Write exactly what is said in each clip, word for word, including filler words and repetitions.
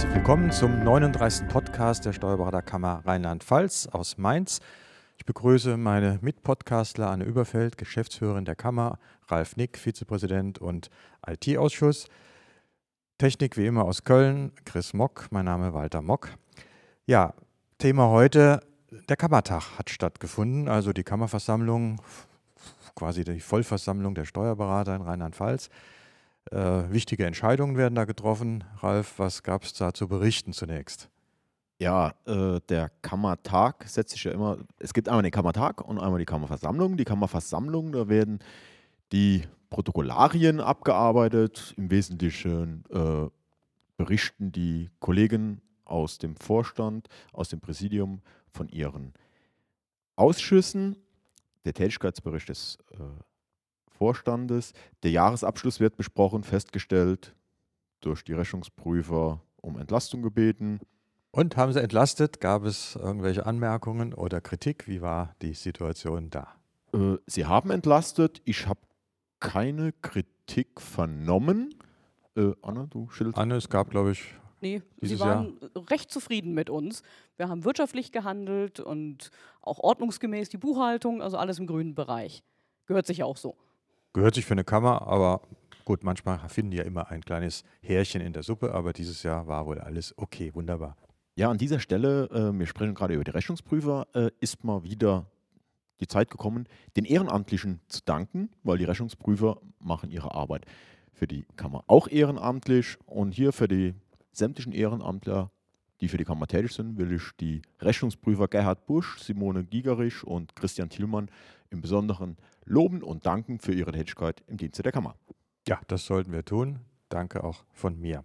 Herzlich willkommen zum neununddreißigsten Podcast der Steuerberaterkammer Rheinland-Pfalz aus Mainz. Ich begrüße meine Mitpodcastler Anne Überfeld, Geschäftsführerin der Kammer, Ralf Nick, Vizepräsident und I T-Ausschuss. Technik wie immer aus Köln, Chris Mock, mein Name Walter Mock. Ja, Thema heute, der Kammertag hat stattgefunden, also die Kammerversammlung, quasi die Vollversammlung der Steuerberater in Rheinland-Pfalz. Äh, wichtige Entscheidungen werden da getroffen. Ralf, was gab es da zu berichten zunächst? Ja, äh, der Kammertag setzt sich ja immer, es gibt einmal den Kammertag und einmal die Kammerversammlung. Die Kammerversammlung, da werden die Protokollarien abgearbeitet. Im Wesentlichen äh, berichten die Kollegen aus dem Vorstand, aus dem Präsidium von ihren Ausschüssen. Der Tätigkeitsbericht des äh, Vorstandes. Der Jahresabschluss wird besprochen, festgestellt, durch die Rechnungsprüfer um Entlastung gebeten. Und haben Sie entlastet? Gab es irgendwelche Anmerkungen oder Kritik? Wie war die Situation da? Äh, Sie haben entlastet. Ich habe keine Kritik vernommen. Äh, Anna, du schilderst. Anne, es gab, glaube ich, Nee, dieses sie waren recht zufrieden mit uns. Wir haben wirtschaftlich gehandelt und auch ordnungsgemäß die Buchhaltung, also alles im grünen Bereich. Gehört sich auch so. gehört sich für eine Kammer, aber gut, manchmal finden die ja immer ein kleines Härchen in der Suppe, aber dieses Jahr war wohl alles okay, wunderbar. Ja, an dieser Stelle, äh, wir sprechen gerade über die Rechnungsprüfer, äh, ist mal wieder die Zeit gekommen, den Ehrenamtlichen zu danken, weil die Rechnungsprüfer machen ihre Arbeit für die Kammer auch ehrenamtlich. Und hier für die sämtlichen Ehrenamtler, die für die Kammer tätig sind, will ich die Rechnungsprüfer Gerhard Busch, Simone Gigerich und Christian Thielmann im Besonderen loben und danken für ihre Tätigkeit im Dienste der Kammer. Ja, das sollten wir tun. Danke auch von mir.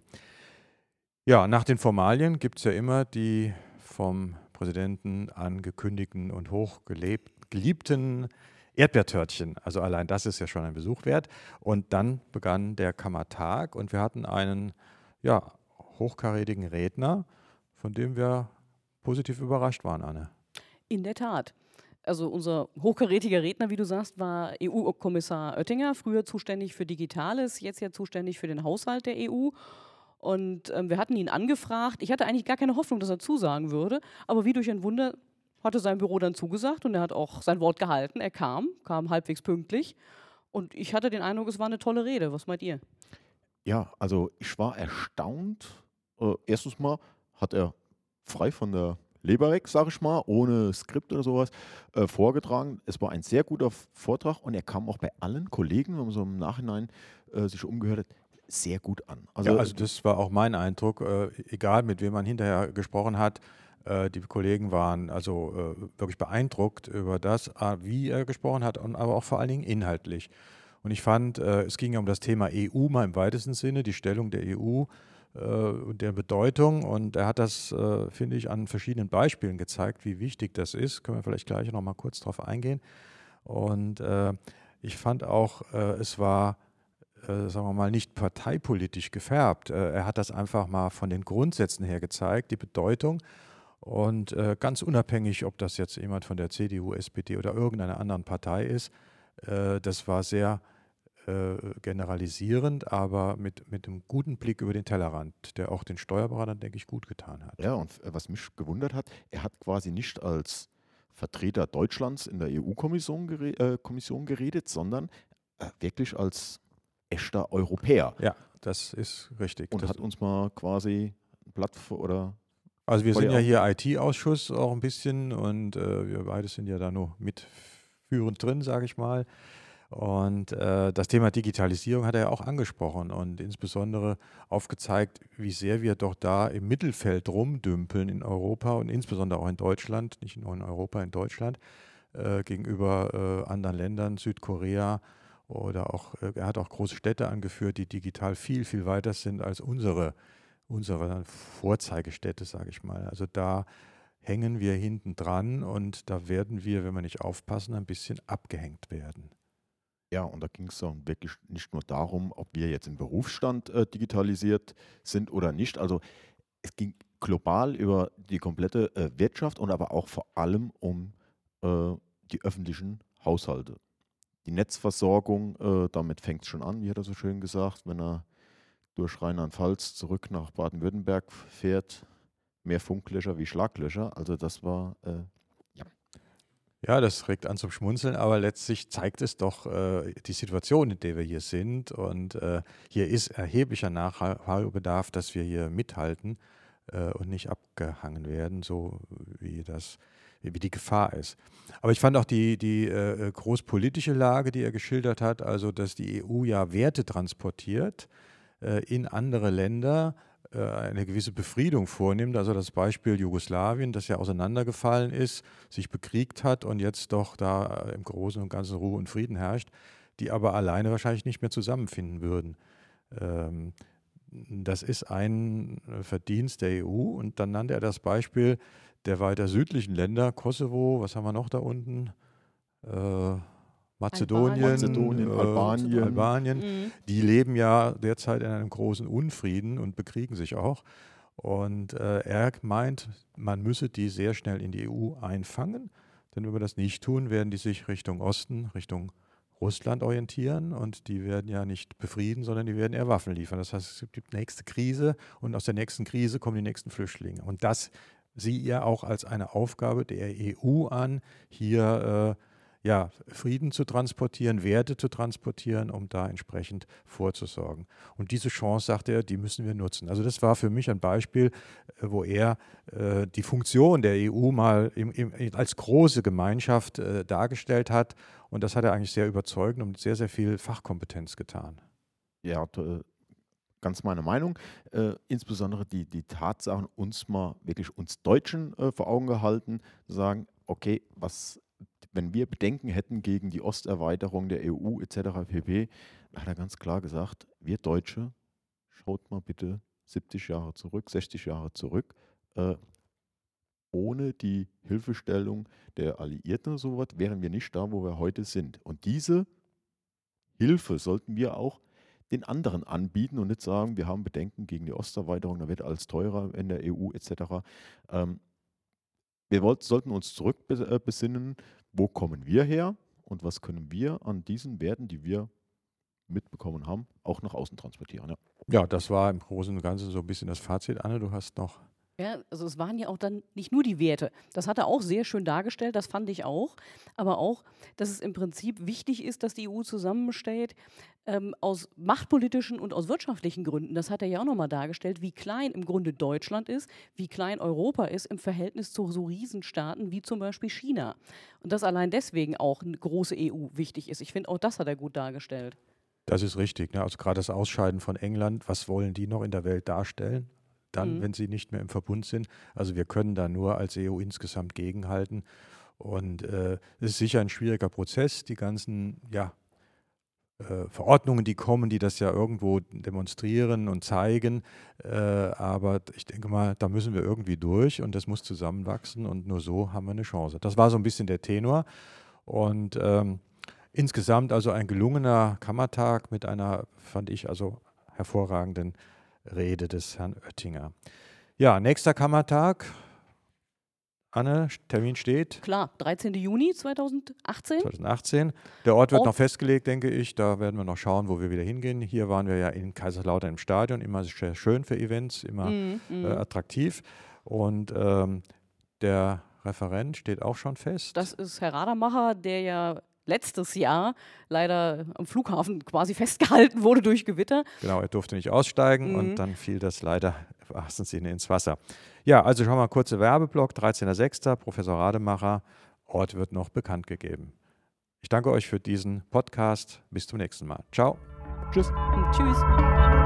Ja, nach den Formalien gibt es ja immer die vom Präsidenten angekündigten und hochgeliebten Erdbeertörtchen. Also allein das ist ja schon ein Besuch wert. Und dann begann der Kammertag und wir hatten einen ja, hochkarätigen Redner, von dem wir positiv überrascht waren, Anne. In der Tat. Also unser hochkarätiger Redner, wie du sagst, war E U-Kommissar Oettinger, früher zuständig für Digitales, jetzt ja zuständig für den Haushalt der E U. Und ähm, wir hatten ihn angefragt. Ich hatte eigentlich gar keine Hoffnung, dass er zusagen würde. Aber wie durch ein Wunder hatte sein Büro dann zugesagt und er hat auch sein Wort gehalten. Er kam, kam halbwegs pünktlich. Und ich hatte den Eindruck, es war eine tolle Rede. Was meint ihr? Ja, also ich war erstaunt. Äh, erstens mal hat er frei von der Leber weg, sage ich mal, ohne Skript oder sowas, äh, vorgetragen. Es war ein sehr guter Vortrag und er kam auch bei allen Kollegen, wenn man so im Nachhinein äh, sich umgehört hat, sehr gut an. Also, ja, also das war auch mein Eindruck, äh, egal mit wem man hinterher gesprochen hat, äh, die Kollegen waren also äh, wirklich beeindruckt über das, äh, wie er gesprochen hat, und aber auch vor allen Dingen inhaltlich. Und ich fand, äh, es ging ja um das Thema E U mal im weitesten Sinne, die Stellung der E U äh, und der Bedeutung. Und er hat das, äh, finde ich, an verschiedenen Beispielen gezeigt, wie wichtig das ist. Können wir vielleicht gleich noch mal kurz drauf eingehen. Und äh, ich fand auch, äh, es war Äh, sagen wir mal, nicht parteipolitisch gefärbt. Äh, er hat das einfach mal von den Grundsätzen her gezeigt, die Bedeutung. Und äh, ganz unabhängig, ob das jetzt jemand von der C D U, S P D oder irgendeiner anderen Partei ist, äh, das war sehr äh, generalisierend, aber mit, mit einem guten Blick über den Tellerrand, der auch den Steuerberatern, denke ich, gut getan hat. Ja, und äh, was mich gewundert hat, er hat quasi nicht als Vertreter Deutschlands in der E U-Kommission gere äh, Kommission geredet, sondern äh, wirklich als echter Europäer. Ja, das ist richtig. Und das hat uns mal quasi ein Blatt vor, oder Also wir vor sind die ja Augen. hier I T-Ausschuss auch ein bisschen und äh, wir beide sind ja da nur mitführend drin, sage ich mal. Und äh, das Thema Digitalisierung hat er ja auch angesprochen und insbesondere aufgezeigt, wie sehr wir doch da im Mittelfeld rumdümpeln in Europa und insbesondere auch in Deutschland, nicht nur in Europa, in Deutschland, äh, gegenüber äh, anderen Ländern, Südkorea oder auch, äh, er hat auch große Städte angeführt, die digital viel, viel weiter sind als unsere, unsere Vorzeigestädte, sage ich mal. Also da hängen wir hinten dran und da werden wir, wenn wir nicht aufpassen, ein bisschen abgehängt werden. Ja, und da ging es dann wirklich nicht nur darum, ob wir jetzt im Berufsstand äh, digitalisiert sind oder nicht. Also es ging global über die komplette äh, Wirtschaft und aber auch vor allem um äh, die öffentlichen Haushalte. Die Netzversorgung, äh, damit fängt es schon an, wie hat er so schön gesagt, wenn er durch Rheinland-Pfalz zurück nach Baden-Württemberg fährt, mehr Funklöcher wie Schlaglöcher. Also das war, äh, ja. Ja, das regt an zum Schmunzeln, aber letztlich zeigt es doch äh, die Situation, in der wir hier sind. Und äh, hier ist erheblicher Nachholbedarf, dass wir hier mithalten äh, und nicht abgehangen werden, so wie das wie die Gefahr ist. Aber ich fand auch die, die äh, großpolitische Lage, die er geschildert hat, also dass die E U ja Werte transportiert äh, in andere Länder, äh, eine gewisse Befriedung vornimmt. Also das Beispiel Jugoslawien, das ja auseinandergefallen ist, sich bekriegt hat und jetzt doch da im Großen und Ganzen Ruhe und Frieden herrscht, die aber alleine wahrscheinlich nicht mehr zusammenfinden würden. Ähm, das ist ein Verdienst der E U. Und dann nannte er das Beispiel der weiter südlichen Länder, Kosovo, was haben wir noch da unten? Äh, Mazedonien, Mazedonien, äh, Albanien. Albanien. Mhm. Die leben ja derzeit in einem großen Unfrieden und bekriegen sich auch. Und äh, er meint, man müsse die sehr schnell in die E U einfangen, denn wenn wir das nicht tun, werden die sich Richtung Osten, Richtung Russland orientieren und die werden ja nicht befrieden, sondern die werden eher Waffen liefern. Das heißt, es gibt die nächste Krise und aus der nächsten Krise kommen die nächsten Flüchtlinge. Und das sieht er auch als eine Aufgabe der E U an, hier äh, ja, Frieden zu transportieren, Werte zu transportieren, um da entsprechend vorzusorgen. Und diese Chance, sagt er, die müssen wir nutzen. Also das war für mich ein Beispiel, wo er äh, die Funktion der E U mal im, im, als große Gemeinschaft äh, dargestellt hat. Und das hat er eigentlich sehr überzeugend und mit sehr, sehr viel Fachkompetenz getan. Ja, äh, ganz meine Meinung. Äh, insbesondere die, die Tatsachen uns mal wirklich uns Deutschen äh, vor Augen gehalten, zu sagen, okay, was, wenn wir Bedenken hätten gegen die Osterweiterung der E U et cetera pp., hat er ganz klar gesagt, wir Deutsche, schaut mal bitte siebzig Jahre zurück, sechzig Jahre zurück, äh, ohne die Hilfestellung der Alliierten und so was, wären wir nicht da, wo wir heute sind. Und diese Hilfe sollten wir auch den anderen anbieten und nicht sagen, wir haben Bedenken gegen die Osterweiterung, da wird alles teurer in der E U et cetera. Ähm, wir wollt, sollten uns zurück besinnen, wo kommen wir her und was können wir an diesen Werten, die wir mitbekommen haben, auch nach außen transportieren. Ja, ja, das war im Großen und Ganzen so ein bisschen das Fazit. Anne, du hast noch... Ja, also es waren ja auch dann nicht nur die Werte. Das hat er auch sehr schön dargestellt, das fand ich auch. Aber auch, dass es im Prinzip wichtig ist, dass die E U zusammensteht ähm, aus machtpolitischen und aus wirtschaftlichen Gründen. Das hat er ja auch nochmal dargestellt, wie klein im Grunde Deutschland ist, wie klein Europa ist im Verhältnis zu so Riesenstaaten wie zum Beispiel China. Und dass allein deswegen auch eine große E U wichtig ist. Ich finde, auch das hat er gut dargestellt. Das ist richtig. Ne? Also gerade das Ausscheiden von England, was wollen die noch in der Welt darstellen? Dann, mhm. wenn sie nicht mehr im Verbund sind. Also wir können da nur als E U insgesamt gegenhalten. Und äh, es ist sicher ein schwieriger Prozess. Die ganzen ja, äh, Verordnungen, die kommen, die das ja irgendwo demonstrieren und zeigen. Äh, aber ich denke mal, da müssen wir irgendwie durch und das muss zusammenwachsen und nur so haben wir eine Chance. Das war so ein bisschen der Tenor. Und ähm, insgesamt also ein gelungener Kammertag mit einer, fand ich, also hervorragenden Rede des Herrn Oettinger. Ja, nächster Kammertag. Anne, Termin steht? Klar, dreizehnten Juni zweitausendachtzehn. zweitausendachtzehn. Der Ort wird Ort. noch festgelegt, denke ich. Da werden wir noch schauen, wo wir wieder hingehen. Hier waren wir ja in Kaiserslautern im Stadion. Immer sehr schön für Events, immer mm, mm. Äh, attraktiv. Und ähm, der Referent steht auch schon fest. Das ist Herr Radermacher, der ja letztes Jahr leider am Flughafen quasi festgehalten wurde durch Gewitter. Genau, er durfte nicht aussteigen mhm. und dann fiel das leider im wahrsten Sinne ins Wasser. Ja, also schon mal kurzer Werbeblock, dreizehnter sechster Professor Rademacher, Ort wird noch bekannt gegeben. Ich danke euch für diesen Podcast. Bis zum nächsten Mal. Ciao. Tschüss. Und tschüss.